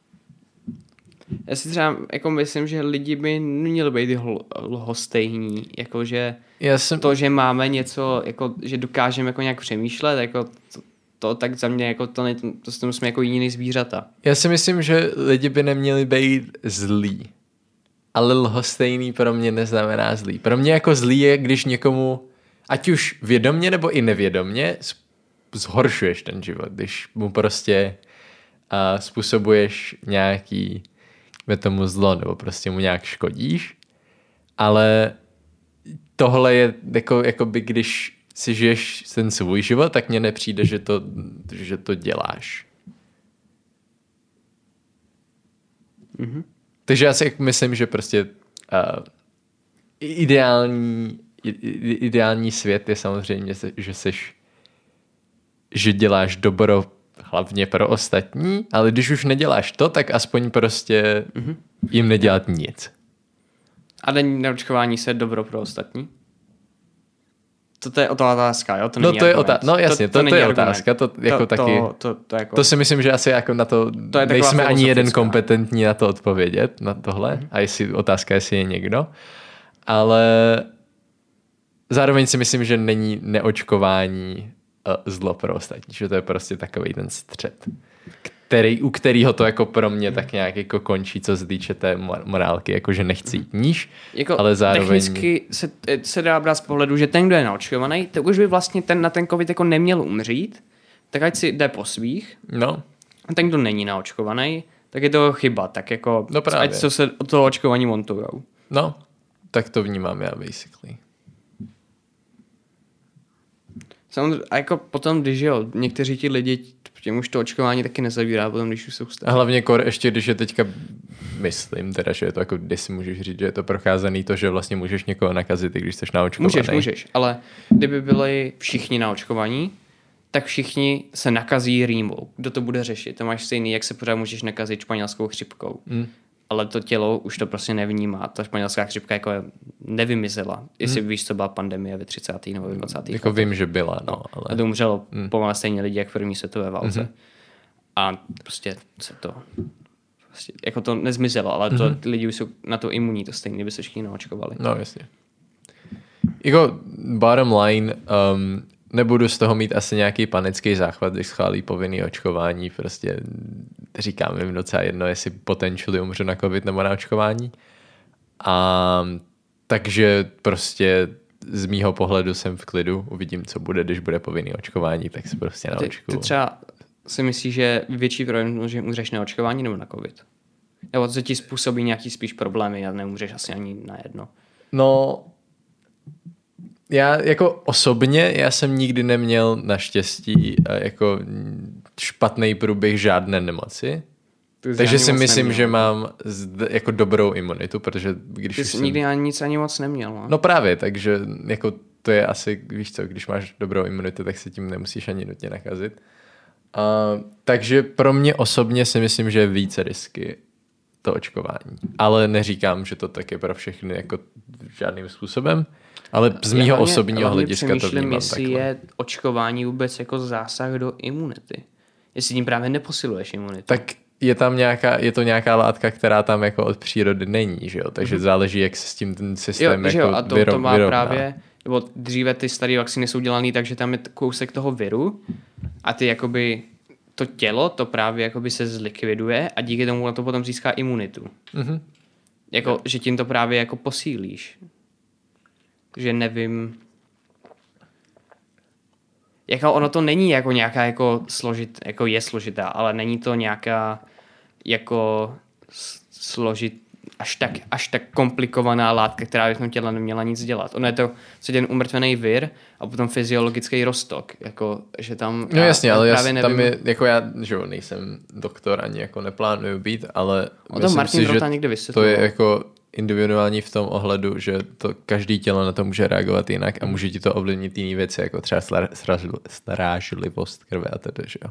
Já si třeba jako myslím, že lidi by neměli být hl- lhostejní, jakože jsem... to, že máme něco, jako, že dokážeme jako nějak přemýšlet, jako to, to tak za mě jako to, ne, to, to jsme jako jiný zvířata. Já si myslím, že lidi by neměli být zlí. Ale lhostejný pro mě neznamená zlý. Pro mě jako zlý je, když někomu, ať už vědomně nebo i nevědomně, zhoršuješ ten život. Když mu prostě uh, způsobuješ nějaký ve tomu zlo, nebo prostě mu nějak škodíš. Ale tohle je jako, jakoby, když si žiješ ten svůj život, tak mně nepřijde, že to, že to děláš. Mm-hmm. Takže já si myslím, že prostě uh, ideální, ideální svět je samozřejmě, že seš, že děláš dobro hlavně pro ostatní, ale když už neděláš to, tak aspoň prostě mm-hmm. jim nedělat nic. A není naočkování se dobro pro ostatní? To, to je otázka, jo? To není no, to je otázka. No jasně, to, to, to, to je argument. Otázka. To, jako to, taky, to, to, to, jako... to si myslím, že asi jako na to, to nejsme ani jeden kompetentní na to odpovědět, na tohle. Mm-hmm. A jestli otázka, jestli je někdo. Ale zároveň si myslím, že není neočkování zlo pro ostatní, že to je prostě takový ten střed, který, u kterého to jako pro mě tak nějak jako končí, co se týče té morálky, jakože nechci jít níž, jako ale zároveň... Technicky se, se dá brát z pohledu, že ten, kdo je naočkovaný, tak už by vlastně ten na ten covid jako neměl umřít, tak ať si jde po svých. No. A ten, kdo není naočkovaný, tak je to chyba, tak jako no ať co se od toho očkování montujou. No, tak to vnímám já basically. Samozřejmě, a jako potom, když jo, někteří ti lidi, těm už to očkování taky nezabírá, potom když už jsou stále. A hlavně kor, ještě když je teďka, myslím teda, že je to jako, když si můžeš říct, že je to procházený to, že vlastně můžeš někoho nakazit, i když jsi naočkovaný. Můžeš, můžeš, ale kdyby byli všichni naočkovaní, tak všichni se nakazí rýmou. Kdo to bude řešit? To máš stejný, jak se pořád můžeš nakazit španělskou chřipkou. Hmm. Ale to tělo už to prostě nevnímá. Ta španělská chřipka jako nevymizela. Jestli hmm. víš, co byla pandemie ve třicátých nebo dvacátých Jako vím, že byla, no. Ale... A to umřelo hmm. pomalu stejně lidi, jak v první světové válce. Hmm. A prostě se to... Prostě, jako to nezmizelo, ale to, ty lidi už jsou na to imunní, to stejně by se všichni naočkovali. No, jasně. Jako bottom line, um, nebudu z toho mít asi nějaký panický záchvat, když schválí povinný očkování. Prostě říkám, jim docela jedno, jestli potencially umřu na covid nebo na očkování. A takže prostě z mýho pohledu jsem v klidu. Uvidím, co bude, když bude povinný očkování, tak se prostě naočkuju. Ty, ty třeba si myslíš, že větší problém, že umřeš na očkování nebo na covid? Nebo co ti způsobí nějaký spíš problémy a neumřeš asi ani na jedno? No, já jako osobně, já jsem nikdy neměl naštěstí jako špatný průběh žádné nemoci. Takže si myslím, neměl. Že mám zd, jako dobrou imunitu, protože když Ty jsi jsem... nikdy ani nic ani moc neměl. No? no právě, takže jako to je asi, víš co, když máš dobrou imunitu, tak se tím nemusíš ani nutně nakazit. Uh, takže pro mě osobně si myslím, že je více risky to očkování. Ale neříkám, že to tak je pro všechny jako žádným způsobem, ale z mýho hlavně, osobního hlavně hlediska to vnímám jestli takhle. Je očkování vůbec jako zásah do imunity. Jestli tím právě neposiluješ imunitu. Tak je tam nějaká, je to nějaká látka, která tam jako od přírody není, že jo? Takže mm-hmm. záleží, jak se s tím ten systém jo, jako jo, a to, vyro, to má vyrovná. právě, nebo dříve ty staré vakcíny jsou dělané tak, že tam je kousek toho viru a ty jakoby to tělo, to právě jakoby se zlikviduje a díky tomu na to potom získá imunitu. Mm-hmm. Jako, že tím to právě jako posílíš. Že nevím... Jako ono to není jako nějaká jako složit, jako je složitá, ale není to nějaká jako složit až tak, až tak komplikovaná látka, která by v tom těle neměla nic dělat. Ono je to ten umrtvený vir a potom fyziologický roztok, jako, že tam... No jasně, ale já, nevím, tam je, jako já, že jo, nejsem doktor, ani jako neplánuju být, ale o myslím Martin si, Rota že to je jako individuální v tom ohledu, že to každý tělo na to může reagovat jinak a může ti to ovlivnit jiné věci, jako třeba srážlivost krve a tedy, že jo.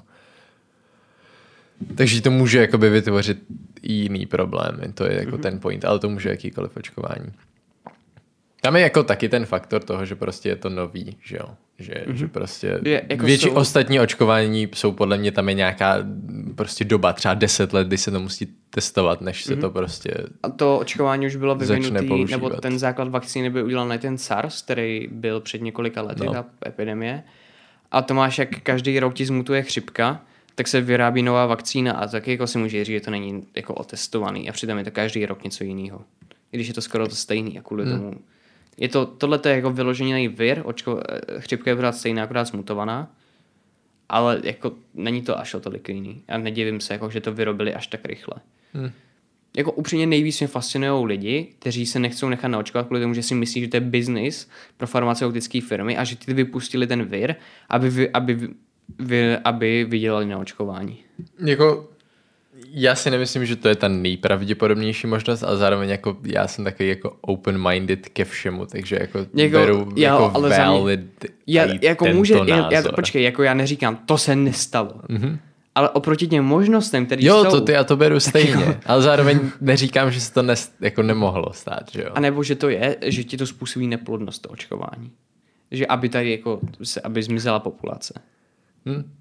Takže to může jakoby vytvořit jiný problémy, to je jako mm-hmm. ten point, ale to může jakýkoliv očkování. Tam je jako taky ten faktor toho, že prostě je to nový, že jo, že, mm-hmm. že prostě je, jako větší jsou... ostatní očkování jsou podle mě tam je nějaká prostě doba, třeba deset let, kdy se to musí testovat, než se mm-hmm. to prostě a to očkování už bylo vyvinutý, nebo ten základ vakcíny byl udělaný ten SARS, který byl před několika lety, no. ta epidemie. A to máš, jak každý rok ti zmutuje chřipka, tak se vyrábí nová vakcína a taky jako si může říct, že to není jako otestovaný a přitom je to každý rok něco jiného. I když je to skoro to stejný a kvůli hmm. tomu. Je to, tohle je jako vyložený vir, očko, chřipka je pořád stejná, akorát smutovaná, ale jako není to až o tolik jiný. Já nedivím se, jako, že to vyrobili až tak rychle. Hmm. Jako upřímně nejvíc mě fascinují lidi, kteří se nechcou nechat naočkovat kvůli tomu, že si myslí, že to je biznis pro farmaceutické firmy a že ty vypustili ten vir, aby, vy, aby vy, aby vydělali na očkování. Jako, já si nemyslím, že to je ta nejpravděpodobnější možnost, ale zároveň jako já jsem takový jako open-minded ke všemu, takže jako, jako beru já, jako ale valid já, jako může, já, já, počkej, jako já neříkám, to se nestalo. Mm-hmm. Ale oproti těm možnostem, které jo, jsou... Jo, to ty, já to beru stejně, jako... ale zároveň neříkám, že se to nes, jako nemohlo stát, že jo. A nebo že to je, že ti to způsobí neplodnost, to očkování. Že aby tady jako, aby zmizela populace. Hmm.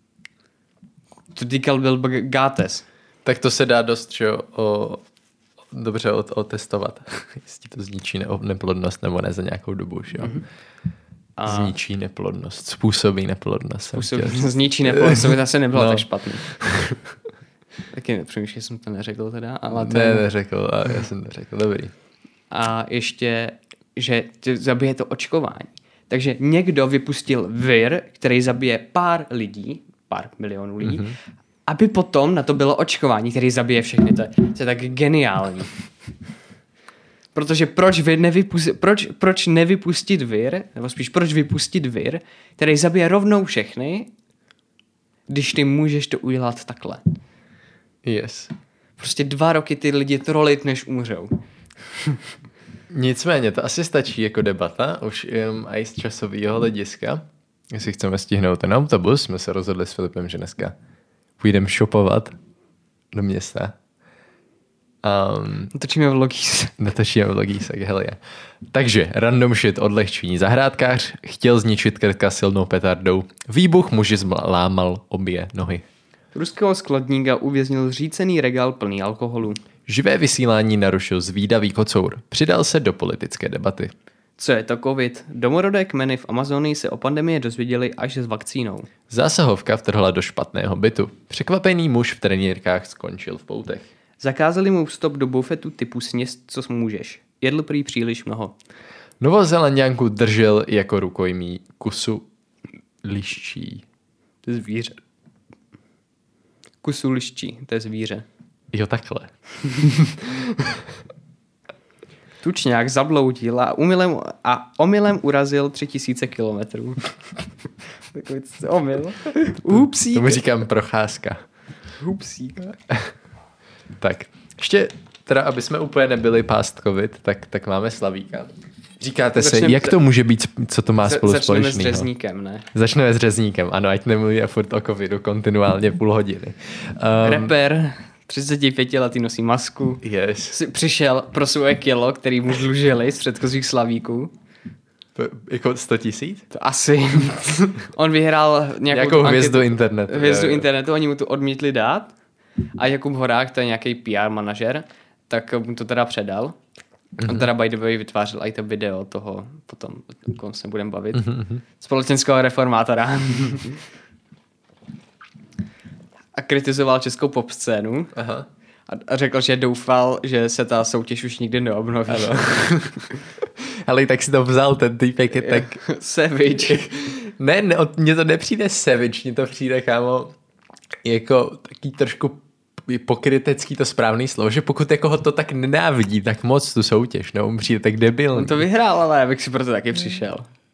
To týkal byl Gates. Tak to se dá dost, že jo, o, dobře otestovat. Jestli to zničí neplodnost nebo ne za nějakou dobu, že jo. Mm-hmm. A... Zničí neplodnost, způsobí neplodnost. Způsobí, zničí neplodnost, to by zase nebylo no. tak špatný. Taky nepřemýšlím, že jsem to neřekl teda. Ale to... Ne, neřekl, ale já jsem to řekl, dobrý. A ještě, že zabije to očkování. Takže někdo vypustil vir, který zabije pár lidí, pár milionů lidí, mm-hmm. aby potom na to bylo očkování, který zabije všechny. To je, to je tak geniální. Protože proč, vy nevypustit, proč, proč nevypustit vir, nebo spíš proč vypustit vir, který zabije rovnou všechny, když ty můžeš to udělat takhle. Yes. Prostě dva roky ty lidi trolit, než umřou. Nicméně, to asi stačí jako debata, už jen i z časového hlediska. Jestli chceme stihnout ten autobus, jsme se rozhodli s Filipem, že dneska půjdeme shopovat do města. Um, natočíme vlogíse. Natočíme vlogíse, hele je. Takže, random shit, odlehčení. Zahrádkář chtěl zničit krtka silnou petardou. Výbuch muži zlámal obě nohy. Ruského skladníka uvěznil zřícený regál plný alkoholu. Živé vysílání narušil zvídavý kocour. Přidal se do politické debaty. Co je to covid? Domorodé kmeny v Amazonii se o pandemii dozvěděli až s vakcínou. Zásahovka vtrhla do špatného bytu. Překvapený muž v trenýrkách skončil v poutech. Zakázali mu vstup do bufetu typu sněz, co můžeš. Jedl prý příliš mnoho. Novozelanďanku držel jako rukojmí kusu liščí. Zvíře. kusu liščí, to je zvíře. Jo, takhle. Tučňák zabloudil a, umylem, a omylem urazil tři tisíce kilometrů. Takový omyl. Upsík. Tomu říkám procházka. Upsík. Tak, ještě teda, aby jsme úplně nebyli past covid, tak, tak máme Slavíka. Říkáte se, Začneme, jak to může být, co to má spolu společného? Začneme s řezníkem, ne? Začneme s řezníkem, ano, ať nemluví furt o covidu kontinuálně půl hodiny. Um, Rapper, třicet pět letý, nosí masku. Yes. Si přišel pro svoje kilo, který mu dlužili z předchozích Slavíků. To, jako sto tisíc? To asi. On vyhrál nějakou, nějakou hvězdu internetu. Hvězdu je, je. internetu, oni mu to odmítli dát. A Jakub Horák, to je nějaký P R manažer, tak mu to teda předal. Mm-hmm. On teda by the way vytvářel i to video toho, potom o kom se budeme bavit. Mm-hmm. Společenského reformátora. A kritizoval českou pop scénu. Aha. A řekl, že doufal, že se ta soutěž už nikdy neobnoví. Ale tak si to vzal, ten týpek je tak... Savage. Ne, ne, mně to nepřijde savage, mně to přijde, kámo, jako taký trošku pokrytecký to správný slovo, že pokud jako ho to tak nenávidí, tak moc tu soutěž, no, mu přijde tak debilní. On to vyhrál, ale já bych si proto taky přišel.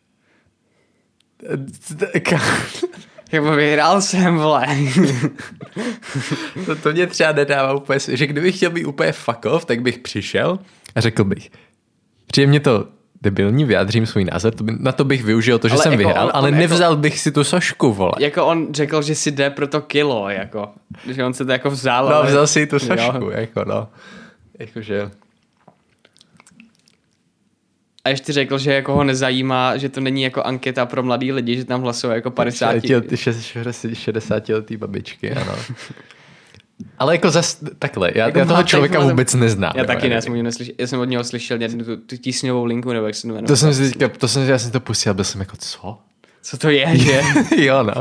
Jako vyhrál jsem, vole. to, to mě třeba nedává úplně, že kdybych chtěl být úplně fuck off, tak bych přišel a řekl bych, přijde mě to debilní, vyjádřím svůj názor, to by, na to bych využil to, že ale jsem jako vyhrál, on, ale on nevzal jako, bych si tu sošku, vole. Jako on řekl, že si jde pro to kilo, jako. Že on se to jako vzal. No, ale... vzal si tu sošku, jo. jako no. Jakože... A ještě řekl, že jako ho nezajímá, že to není jako anketa pro mladý lidi, že tam hlasuje jako padesát... šedesátiletý babičky, ano. Ale jako zas takhle, já, jako já toho člověka jsem, vůbec neznám. Já taky ne, jsem neslyšel, já jsem od něho slyšel jednu tu, tu tísňovou linku, nebo jak se jmenuje. To jsem si říkal, to jsem, já jsem to pustil a byl jsem jako, co? Co to je, že? Jo, no.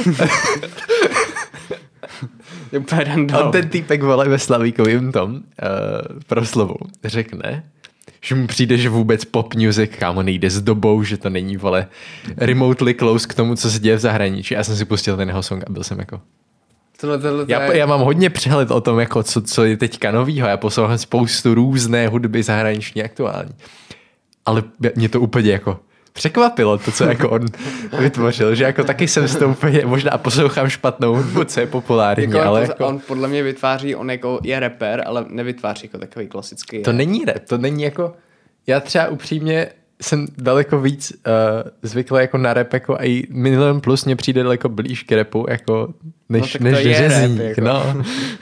On ten týpek, vole, ve Slavíkovým tom uh, proslovu řekne, že mu přijde, že vůbec pop music, kámo, nejde s dobou, že to není, vole, remotely close k tomu, co se děje v zahraničí. Já jsem si pustil ten jeho song a byl jsem jako... Tohle, tohle, já, je... já mám hodně přehled o tom, jako co, co je teďka novýho. Já poslouchám spoustu různé hudby zahraniční aktuální. Ale mě to úplně jako překvapilo, to, co jako on vytvořil, že jako taky jsem s tom úplně, možná poslouchám špatnou hudbu, co je populární, jako ale on, jako... on podle mě vytváří, on jako je rapper, ale nevytváří jako takový klasický. To rap. Není rap, to není jako... Já třeba upřímně jsem daleko víc uh, zvyklý jako na rap, jako i Milion Plus mě přijde daleko blíž k rapu, jako než, no, než řezník, rap, jako. No.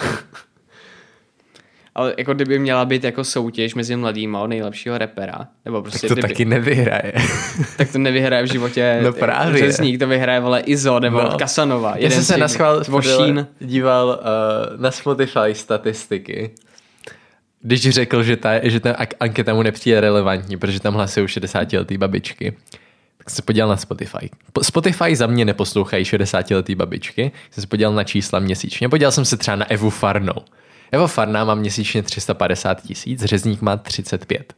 Ale jako kdyby měla být jako soutěž mezi mladýma o nejlepšího rapera, nebo prostě tak to kdyby, taky nevyhraje. Tak to nevyhraje v životě. No právě. Řezník, to vyhraje, vole, Izo nebo no. Casanova. Já jsem se naschvál díval uh, na Spotify statistiky, když řekl, že ta, že ta anketa mu nepřijde relevantní, protože tam hlasují šedesátiletý babičky, tak jsem se podíval na Spotify. Spotify za mě neposlouchají šedesátiletý babičky, jsem se podíval na čísla měsíčně. Podíval jsem se třeba na Evu Farnou. Eva Farná má měsíčně tři sta padesát tisíc, Řezník má třicet pět.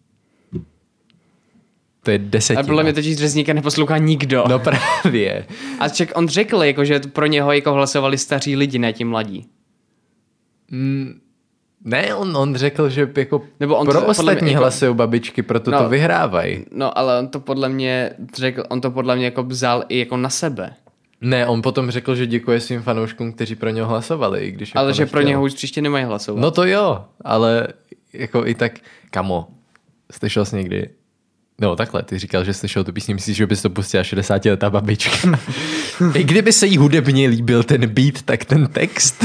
To je desetina. Ale podle mě totiž Řezníka neposlouchá nikdo. No právě. A ček, on řekl, jako, že pro něho jako hlasovali staří lidi, ne ti mladí. Mm. Ne, on, on řekl, že jako Nebo on pro to, ostatní jako, hlasují babičky, proto no, to vyhrávají. No, ale on to podle mě řekl, on to podle mě jako vzal i jako na sebe. Ne, on potom řekl, že děkuje svým fanouškům, kteří pro něho hlasovali. I když ale jako že nechtěl. pro něho už příště nemají hlasovat. No to jo, ale jako i tak, kamo, slyšel jsi někdy, no takhle, ty říkal, že slyšel tu písni, myslíš, že bys to pustila šedesátiletá babička. I kdyby se jí hudebně líbil ten beat, tak ten text...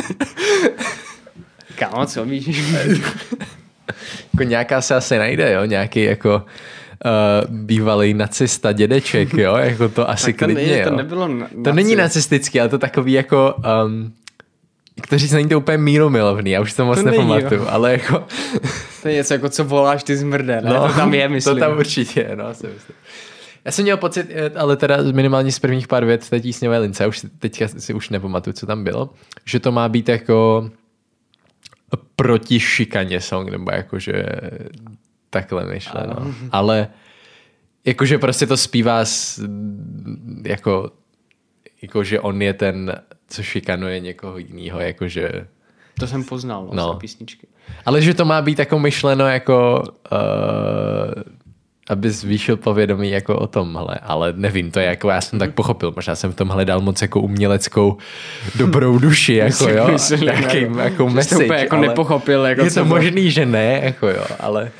Kámo, co víš? Jako nějaká se asi najde, jo? Nějaký jako uh, bývalý nacista dědeček, jo? Jako to asi to klidně, ne, jo? To nebylo na- To není nacistický, ale to takový jako... Um, kteří se není to úplně mírumilovný, já už to moc nepamatuju, ale jako... To je něco jako, co voláš ty zmrde, ne? No, to tam je, myslím. To tam určitě je, no, si myslím. Já jsem měl pocit, ale teda minimálně z prvních pár vět té tísňové lince, už teďka si už nepamatuju, co tam bylo, že to má být jako... proti šikaně song, nebo jakože takhle myšleno. Ano. Ale jakože prostě to zpívá s, jako, jako, že on je ten co šikanuje někoho jiného, jakože... To jsem poznal, no, no. písničky. Ale že to má být jako myšleno jako... Uh, aby zvýšil povědomí jako o tomhle, ale nevím, to je jako, já jsem tak pochopil, možná jsem v tom hledal moc jako uměleckou dobrou duši, jako jo, nějaký jako message, to jako nepochopil. Jako je to možný, že ne, jako jo, ale...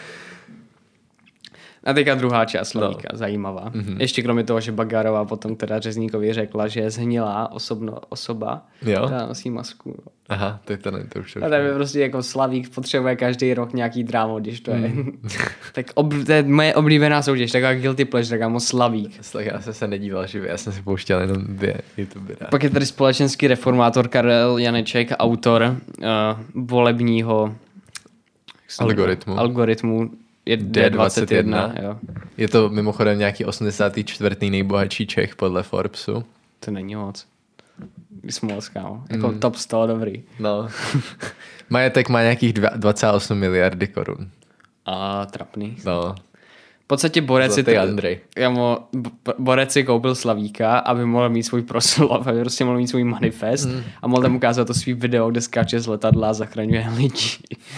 A teďka druhá část Slavíka, no. Zajímavá. Mm-hmm. Ještě kromě toho, že Bagarová potom teda Řezníkovi řekla, že je zhnilá osobno, osoba, jo? která nosí masku. No. Aha, to je to, ne, to už. A tak je prostě jako Slavík potřebuje každý rok nějaký drámo, když to je. Mm. Tak ob, to je moje oblíbená soutěž, taková guilty pleasure, taková moc Slavík. Tak já jsem se nedíval živě, já jsem si pouštěl jenom dvě YouTube. Pak je tady společenský reformátor Karel Janeček, autor uh, volebního algoritmu. algoritmu je D dvacet jedna. Jo. Je to mimochodem nějaký osmdesátý čtvrtý nejbohatší Čech podle Forbesu. To není moc. Jsi moc, kámo. Jako mm. top sto, dobrý. No. Majetek má nějakých dvacet osm miliardy korun. A trapný. No. V podstatě Borec si, Andrej. Jamo, Borec si koupil Slavíka, aby mohl mít svůj proslov, aby prostě mohl mít svůj manifest mm. a mohl tam ukázat to svý video, kde skáče z letadla a zachraňuje lidi.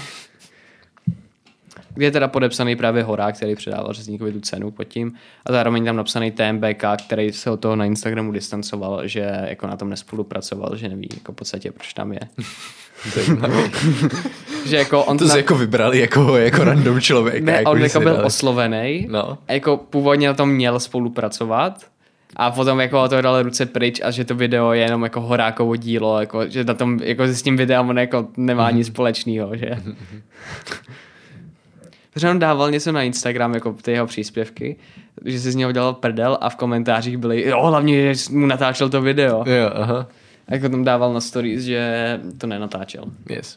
Kde je teda podepsaný právě Horák, který předával Řezníkovi tu cenu pod tím a zároveň tam napsaný T M B K, který se od toho na Instagramu distancoval, že jako na tom nespolupracoval, že neví jako v podstatě, proč tam je. Že jako on to na... se jako vybrali jako, jako random člověk. Ne, jako on jako byl dali. oslovený no. a jako původně na tom měl spolupracovat a potom jako to dal ruce pryč a že to video je jenom jako Horákovo dílo, jako, že na tom jako s tím videem on jako nemá nic společného, že... Protože on dával něco na Instagram, jako ty jeho příspěvky, že si z něho dělal prdel a v komentářích byly, jo, hlavně, že mu natáčel to video. Jo, aha. A jako tam dával na stories, že to nenatáčel. Yes.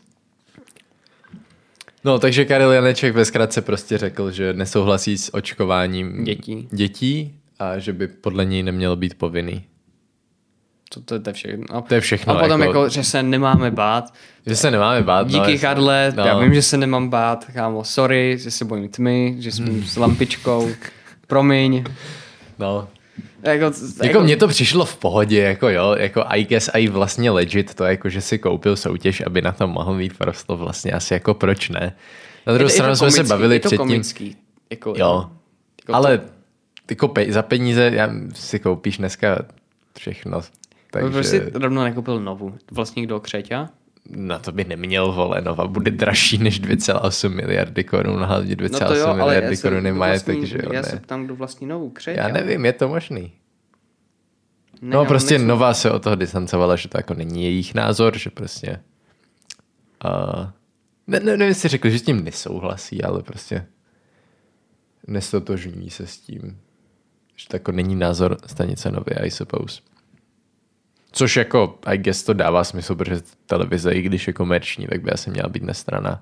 No, takže Karel Janeček ve zkratce prostě řekl, že nesouhlasí s očkováním dětí, dětí a že by podle něj nemělo být povinný. To, to, to je všechno. A, to je všechno. A potom jako, jako, že se nemáme bát. Že se nemáme bát. Díky no, Karle, no. já vím, že se nemám bát, kámo, sorry, že se bojím tmy, že jsem s lampičkou, promiň. No. Jako, jako, jako mně to přišlo v pohodě, jako jo, jako I guess I vlastně legit to, jako že si koupil soutěž, aby na tom mohl mít prosto vlastně asi jako proč ne. Na druhou stranu jsme se bavili předtím. Komický, jako, jo, jako ale to... jako pe- za peníze já si koupíš dneska všechno. Takže... Proč jsi rovnou nekoupil novu? Vlastník do Křeťa? No to by neměl, vole, nova bude dražší než dvě celá osm miliardy korun, hlavně dvě celá osm no miliardy korun je majetek, že jo, já ne. se ptám, kdo vlastní novou Křeťa. Já nevím, je to možný. Ne, no prostě nejsem... Nová se od toho distancovala, že to jako není jejich názor, že prostě uh, ne, ne, nevím, jestli řekl, že s tím nesouhlasí, ale prostě nestotožní se s tím, že to jako není názor stanice Nově, I suppose. Což jako, I guess to dává smysl, protože televize, i když je komerční, tak by asi měla být nestrana.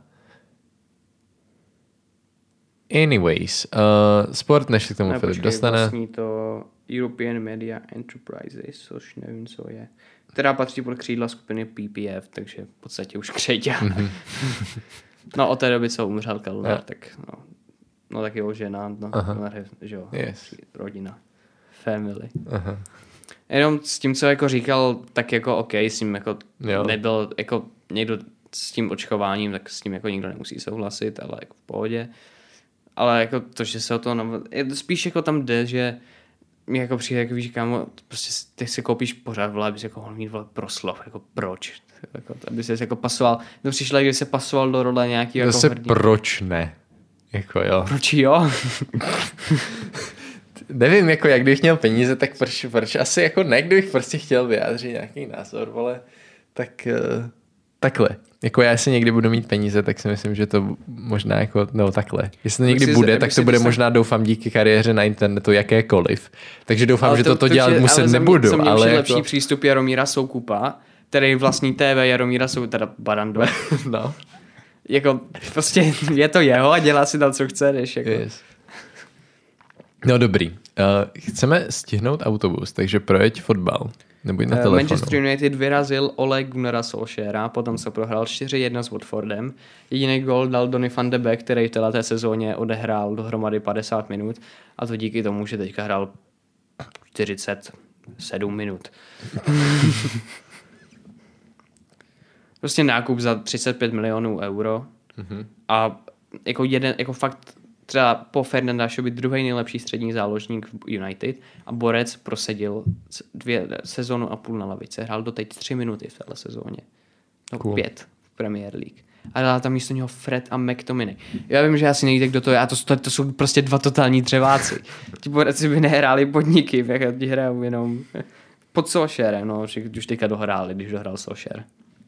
Anyways, uh, sport, než se k tomu ne, Filip dostane. Vlastní to European Media Enterprises, což nevím, co je. Která patří pod křídla skupiny P P F, takže v podstatě už Křeťa. Mm-hmm. No od té doby, co umřel Kellner, yeah. tak no, no tak jeho žena, no, no, že jo, yes. rodina, family. Aha. Jenom s tím, co jako říkal, tak jako OK, s tím jako jo. nebyl jako někdo s tím očkováním, tak s tím jako nikdo nemusí souhlasit, ale jako v pohodě. Ale jako to, že se o to nav... spíš jako tam jde, že mi jako přijde, jako víš, kámo, prostě ty si koupíš pořád, vole, aby si jako mohl mít, vole, proslov, jako proč? Jako, aby se jako pasoval, to přišlo, když se pasoval do role nějaký jako Zase hrdí. Proč ne? Jako jo. Proč jo? Nevím, jako jak kdybych měl peníze, tak proč, proč asi jako ne, kdybych prostě chtěl vyjádřit nějaký názor, vole, tak uh, takhle. Jako já si někdy budu mít peníze, tak si myslím, že to možná jako, no takhle. Jestli to někdy si, bude, tak to bude se... možná, doufám, díky kariéře na internetu jakékoliv. Takže doufám, ale že to, toto to, dělat že, muset ale nebudu. Za mě, ale je jako... lepší přístup Jaromíra Soukupa, který vlastní T V Jaromíra Soukupa, teda Barando. No. Jako prostě je to jeho a dělá si tam, co chce, než jako... Yes. No dobrý. Uh, chceme stihnout autobus, takže projeď fotbal. Nebuď na telefonu. Manchester United vyrazil Ole Gunnara Solskjaera, potom se prohrál čtyři jedna s Watfordem. Jediný gól dal Donny van de Beek, který v této sezóně odehrál dohromady padesát minut a to díky tomu, že teďka hrál čtyřicet sedm minut. Prostě nákup za třicet pět milionů euro mm-hmm. a jako jeden, jako fakt třeba po Fernandášovi druhý nejlepší střední záložník v United a borec prosedil dvě sezonu a půl na lavice. Hrál doteď tři minuty v téhle sezóně. No cool. Pět v Premier League. A dala tam místo něho Fred a McTominay. Já vím, že asi nevíte, kdo to je. A to, to, to jsou prostě dva totální dřeváci. Ti borci by nehráli podniky, jak ti hrajou jenom pod Solskjaerem, no, už teďka dohráli, když dohrál Solskjaer.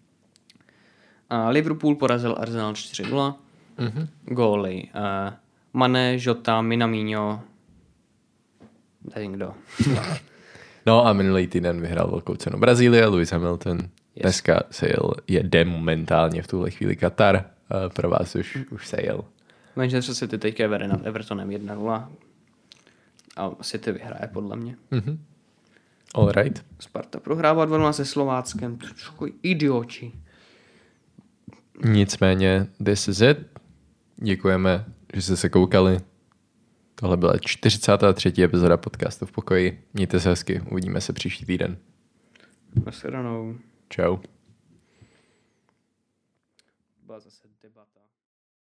A Liverpool porazil Arsenal čtyři nula. Mm-hmm. Góly. Uh, Mané, Jota, Minamino. Nevím kdo. No a minulý týden vyhrál velkou cenu Brazílie, Lewis Hamilton. Yes. Dneska se jel, jede momentálně v tuhle chvíli Katar. Uh, pro vás už, už se jel. Manchester City teďka vede nad Evertonem jedna nula. A City vyhraje podle mě. Mm-hmm. All right. Sparta prohrává dva nula se Slováckem. Idioti. Nicméně, this is it. Děkujeme, že jste se koukali. Tohle byla čtyřicátá třetí epizoda podcastu V pokoji. Mějte se hezky, uvidíme se příští týden. Nashledanou. Čau. Byla zase debata.